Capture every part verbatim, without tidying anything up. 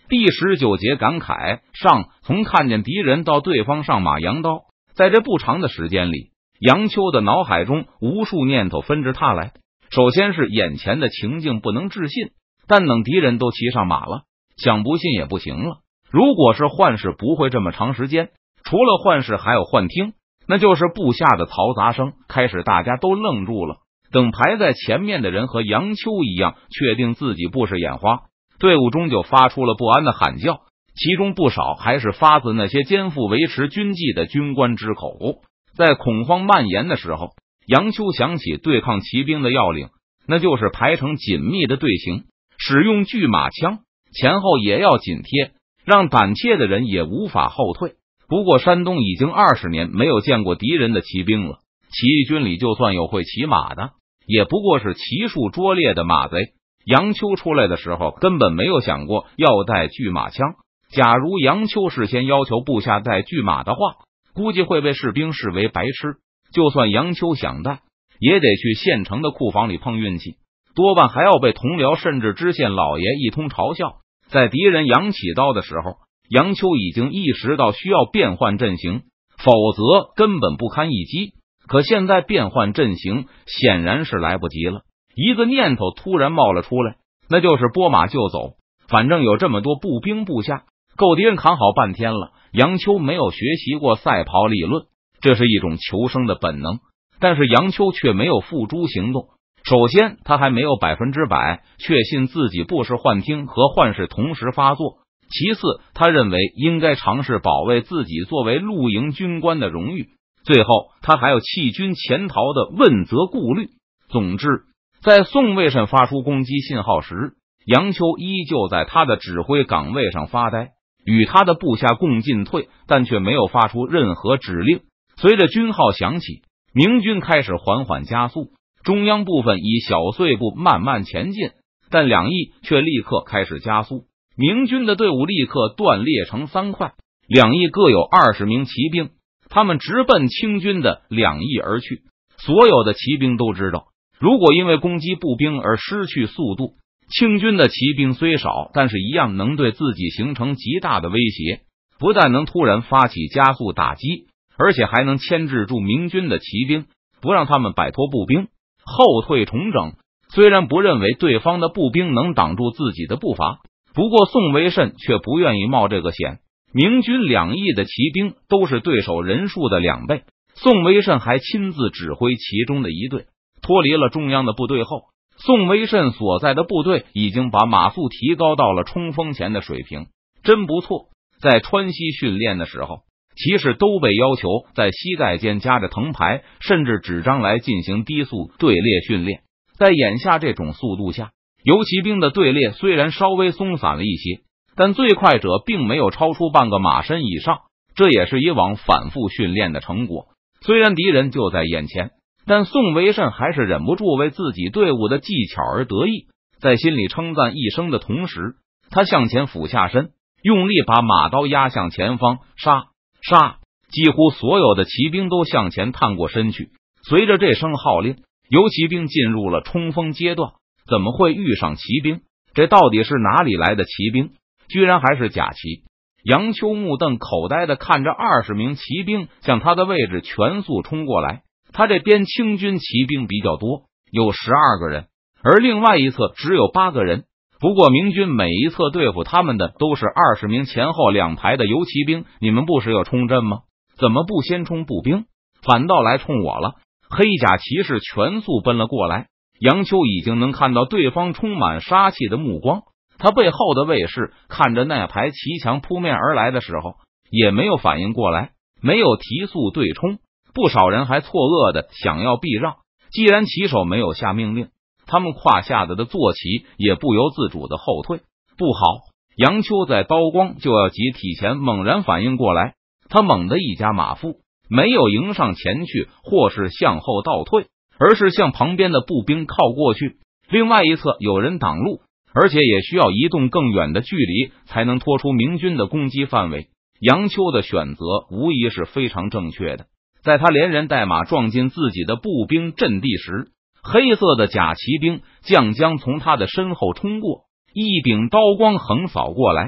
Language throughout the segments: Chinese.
第十九节感慨上，从看见敌人到对方上马扬刀，在这不长的时间里，杨秋的脑海中无数念头纷至沓来。首先是眼前的情境不能置信，但等敌人都骑上马了，想不信也不行了。如果是幻视，不会这么长时间。除了幻视，还有幻听，那就是部下的嘈杂声。开始大家都愣住了，等排在前面的人和杨秋一样确定自己不是眼花，队伍中就发出了不安的喊叫，其中不少还是发自那些肩负维持军纪的军官之口。在恐慌蔓延的时候，杨秋想起对抗骑兵的要领，那就是排成紧密的队形，使用巨马枪，前后也要紧贴，让胆怯的人也无法后退。不过山东已经二十年没有见过敌人的骑兵了，起义军里就算有会骑马的，也不过是骑术拙劣的马贼。杨秋出来的时候根本没有想过要带巨马枪，假如杨秋事先要求部下带巨马的话，估计会被士兵视为白痴。就算杨秋想带，也得去县城的库房里碰运气，多半还要被同僚甚至知县老爷一通嘲笑。在敌人扬起刀的时候，杨秋已经意识到需要变换阵型，否则根本不堪一击。可现在变换阵型显然是来不及了。一个念头突然冒了出来，那就是拨马就走。反正有这么多步兵部下，够敌人扛好半天了。杨秋没有学习过赛跑理论，这是一种求生的本能，但是杨秋却没有付诸行动。首先，他还没有百分之百确信自己不是幻听和幻视同时发作。其次，他认为应该尝试保卫自己作为陆营军官的荣誉。最后，他还有弃军潜逃的问责顾虑。总之，在宋卫慎发出攻击信号时，杨秋依旧在他的指挥岗位上发呆，与他的部下共进退，但却没有发出任何指令。随着军号响起，明军开始缓缓加速，中央部分以小碎步慢慢前进，但两翼却立刻开始加速。明军的队伍立刻断裂成三块，两翼各有二十名骑兵，他们直奔清军的两翼而去。所有的骑兵都知道，如果因为攻击步兵而失去速度，清军的骑兵虽少，但是一样能对自己形成极大的威胁。不但能突然发起加速打击，而且还能牵制住明军的骑兵，不让他们摆脱步兵后退重整。虽然不认为对方的步兵能挡住自己的步伐，不过宋维慎却不愿意冒这个险。明军两翼的骑兵都是对手人数的两倍，宋维慎还亲自指挥其中的一队。脱离了中央的部队后，宋维慎所在的部队已经把马速提高到了冲锋前的水平，真不错。在川西训练的时候，骑士都被要求在膝盖间夹着藤牌甚至纸张来进行低速队列训练。在眼下这种速度下，游骑兵的队列虽然稍微松散了一些，但最快者并没有超出半个马身以上，这也是以往反复训练的成果。虽然敌人就在眼前，但宋维慎还是忍不住为自己队伍的技巧而得意，在心里称赞一声的同时，他向前俯下身，用力把马刀压向前方，杀杀！几乎所有的骑兵都向前探过身去。随着这声号令，游骑兵进入了冲锋阶段。怎么会遇上骑兵？这到底是哪里来的骑兵？居然还是假骑！杨秋目瞪口呆的看着二十名骑兵向他的位置全速冲过来。他这边清军骑兵比较多，有十二个人，而另外一侧只有八个人。不过明军每一侧对付他们的都是二十名前后两排的游骑兵，你们不是有冲阵吗？怎么不先冲步兵，反倒来冲我了？黑甲骑士全速奔了过来。杨秋已经能看到对方充满杀气的目光，他背后的卫士看着那排骑墙扑面而来的时候，也没有反应过来，没有提速对冲。不少人还错愕的想要避让，既然骑手没有下命令，他们胯下的的坐骑也不由自主的后退。不好！杨秋在刀光就要集体前猛然反应过来，他猛地一夹马腹，没有迎上前去或是向后倒退，而是向旁边的步兵靠过去。另外一侧有人挡路，而且也需要移动更远的距离才能拖出明军的攻击范围。杨秋的选择无疑是非常正确的。在他连人带马撞进自己的步兵阵地时，黑色的假骑兵将将从他的身后冲过，一柄刀光横扫过来，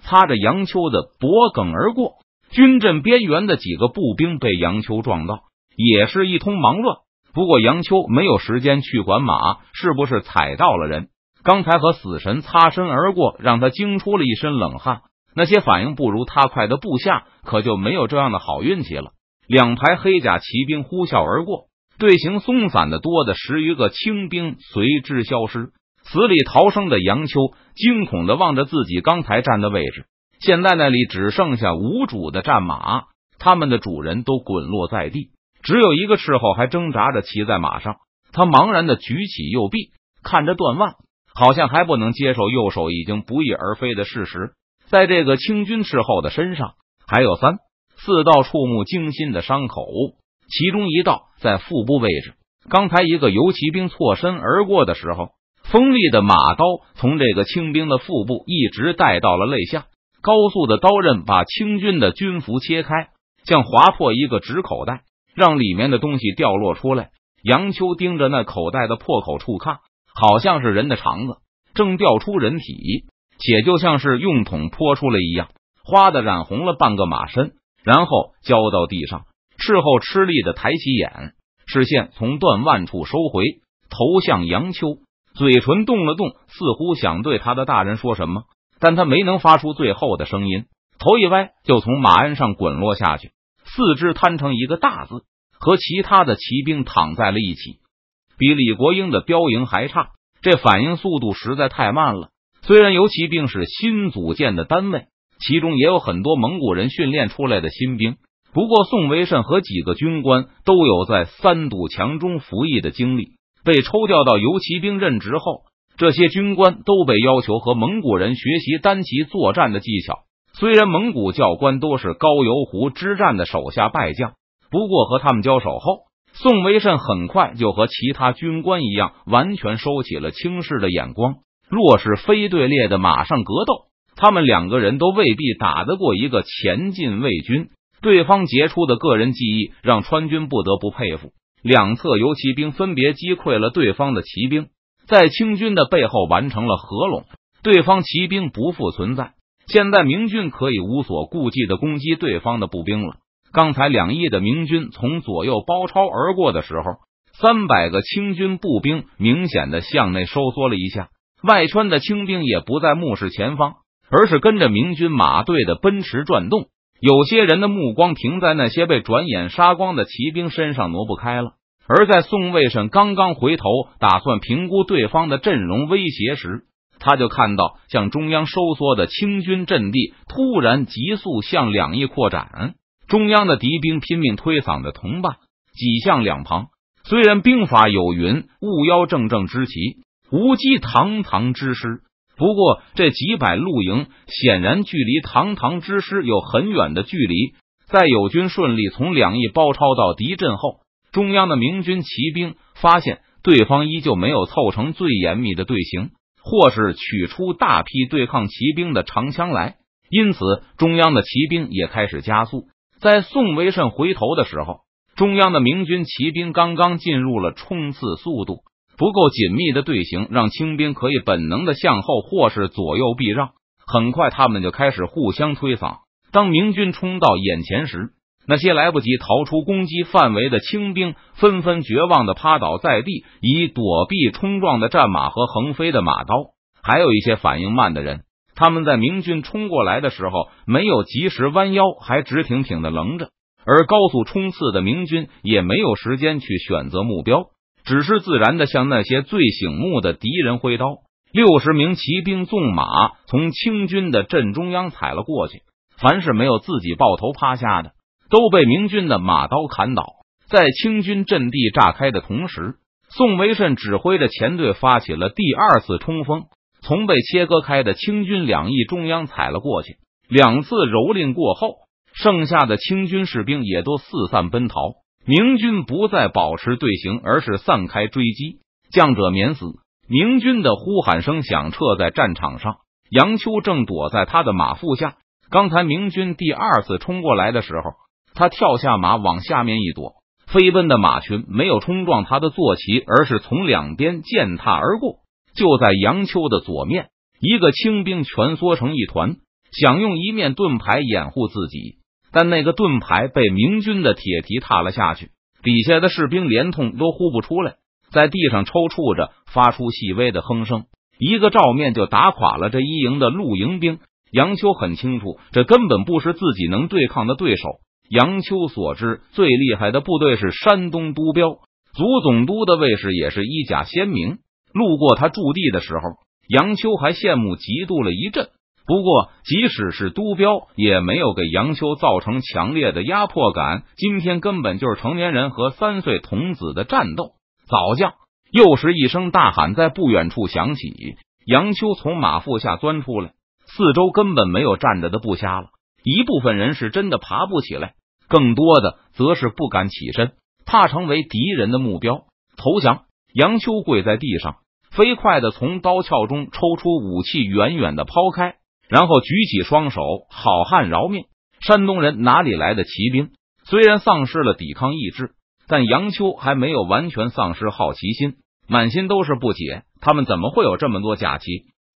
擦着杨秋的脖颈而过。军阵边缘的几个步兵被杨秋撞到，也是一通忙乱。不过杨秋没有时间去管马是不是踩到了人，刚才和死神擦身而过，让他惊出了一身冷汗。那些反应不如他快的部下可就没有这样的好运气了。两排黑甲骑兵呼啸而过，队形松散的多的十余个轻兵随之消失。死里逃生的杨秋惊恐的望着自己刚才站的位置，现在那里只剩下无主的战马，他们的主人都滚落在地，只有一个斥候还挣扎着骑在马上。他茫然的举起右臂，看着段万，好像还不能接受右手已经不翼而飞的事实。在这个清军斥候的身上还有三四道触目惊心的伤口，其中一道在腹部位置。刚才一个游骑兵错身而过的时候，锋利的马刀从这个清兵的腹部一直带到了肋下，高速的刀刃把清军的军服切开，像划破一个纸口袋，让里面的东西掉落出来。杨秋盯着那口袋的破口处看，好像是人的肠子正掉出人体，且就像是用桶泼出来一样，花的染红了半个马身，然后浇到地上。斥候吃力的抬起眼，视线从段万处收回，投向杨秋，嘴唇动了动，似乎想对他的大人说什么，但他没能发出最后的声音，头一歪就从马鞍上滚落下去，四肢摊成一个大字，和其他的骑兵躺在了一起。比李国英的标营还差，这反应速度实在太慢了。虽然游骑兵是新组建的单位，其中也有很多蒙古人训练出来的新兵，不过宋维慎和几个军官都有在三堵墙中服役的经历，被抽调到游骑兵任职后，这些军官都被要求和蒙古人学习单骑作战的技巧。虽然蒙古教官都是高邮湖之战的手下败将，不过和他们交手后，宋维慎很快就和其他军官一样，完全收起了轻视的眼光。若是非队列的马上格斗，他们两个人都未必打得过一个前进卫军。对方杰出的个人技艺让川军不得不佩服。两侧游骑兵分别击溃了对方的骑兵，在清军的背后完成了合拢，对方骑兵不复存在。现在明军可以无所顾忌的攻击对方的步兵了。刚才两翼的明军从左右包抄而过的时候，三百个清军步兵明显的向内收缩了一下，外圈的清兵也不再目视前方，而是跟着明军马队的奔驰转动。有些人的目光停在那些被转眼杀光的骑兵身上，挪不开了。而在宋卫慎刚刚回头打算评估对方的阵容威胁时，他就看到向中央收缩的清军阵地突然急速向两翼扩展，中央的敌兵拼命推搡着同伴挤向两旁。虽然兵法有云勿邀正正之旗，无击堂堂之师，不过这几百路营显然距离堂堂之师有很远的距离。在友军顺利从两翼包抄到敌阵后，中央的明军骑兵发现对方依旧没有凑成最严密的队形，或是取出大批对抗骑兵的长枪来，因此中央的骑兵也开始加速。在宋维慎回头的时候，中央的明军骑兵刚刚进入了冲刺速度，不够紧密的队形让清兵可以本能的向后或是左右避让，很快他们就开始互相推搡。当明军冲到眼前时，那些来不及逃出攻击范围的清兵纷纷绝望的趴倒在地，以躲避冲撞的战马和横飞的马刀。还有一些反应慢的人，他们在明军冲过来的时候没有及时弯腰，还直挺挺的愣着，而高速冲刺的明军也没有时间去选择目标，只是自然的向那些最醒目的敌人挥刀。六十名骑兵纵马从清军的阵中央踩了过去，凡是没有自己抱头趴下的，都被明军的马刀砍倒。在清军阵地炸开的同时，宋维慎指挥着前队发起了第二次冲锋，从被切割开的清军两翼中央踩了过去。两次蹂躏过后，剩下的清军士兵也都四散奔逃，明军不再保持队形，而是散开追击，将者免死。明军的呼喊声响彻在战场上，杨秋正躲在他的马腹下。刚才明军第二次冲过来的时候，他跳下马往下面一躲，飞奔的马群没有冲撞他的坐骑，而是从两边践踏而过。就在杨秋的左面，一个清兵蜷缩成一团， 想用一面盾牌掩护自己，但那个盾牌被明军的铁蹄踏了下去，底下的士兵连痛都呼不出来，在地上抽搐着，发出细微的哼声，一个照面就打垮了这一营的露营兵。杨秋很清楚，这根本不是自己能对抗的对手。杨秋所知最厉害的部队是山东督标，族总督的卫士也是衣甲鲜明。路过他驻地的时候，杨秋还羡慕嫉妒了一阵。不过即使是督标，也没有给杨秋造成强烈的压迫感。今天根本就是成年人和三岁童子的战斗。早将！又是一声大喊在不远处响起，杨秋从马腹下钻出来，四周根本没有站着的部下了。一部分人是真的爬不起来，更多的则是不敢起身，怕成为敌人的目标投降。杨秋跪在地上，飞快的从刀鞘中抽出武器，远远的抛开，然后举起双手，好汉饶命！山东人哪里来的骑兵？虽然丧失了抵抗意志，但杨秋还没有完全丧失好奇心，满心都是不解，他们怎么会有这么多假旗？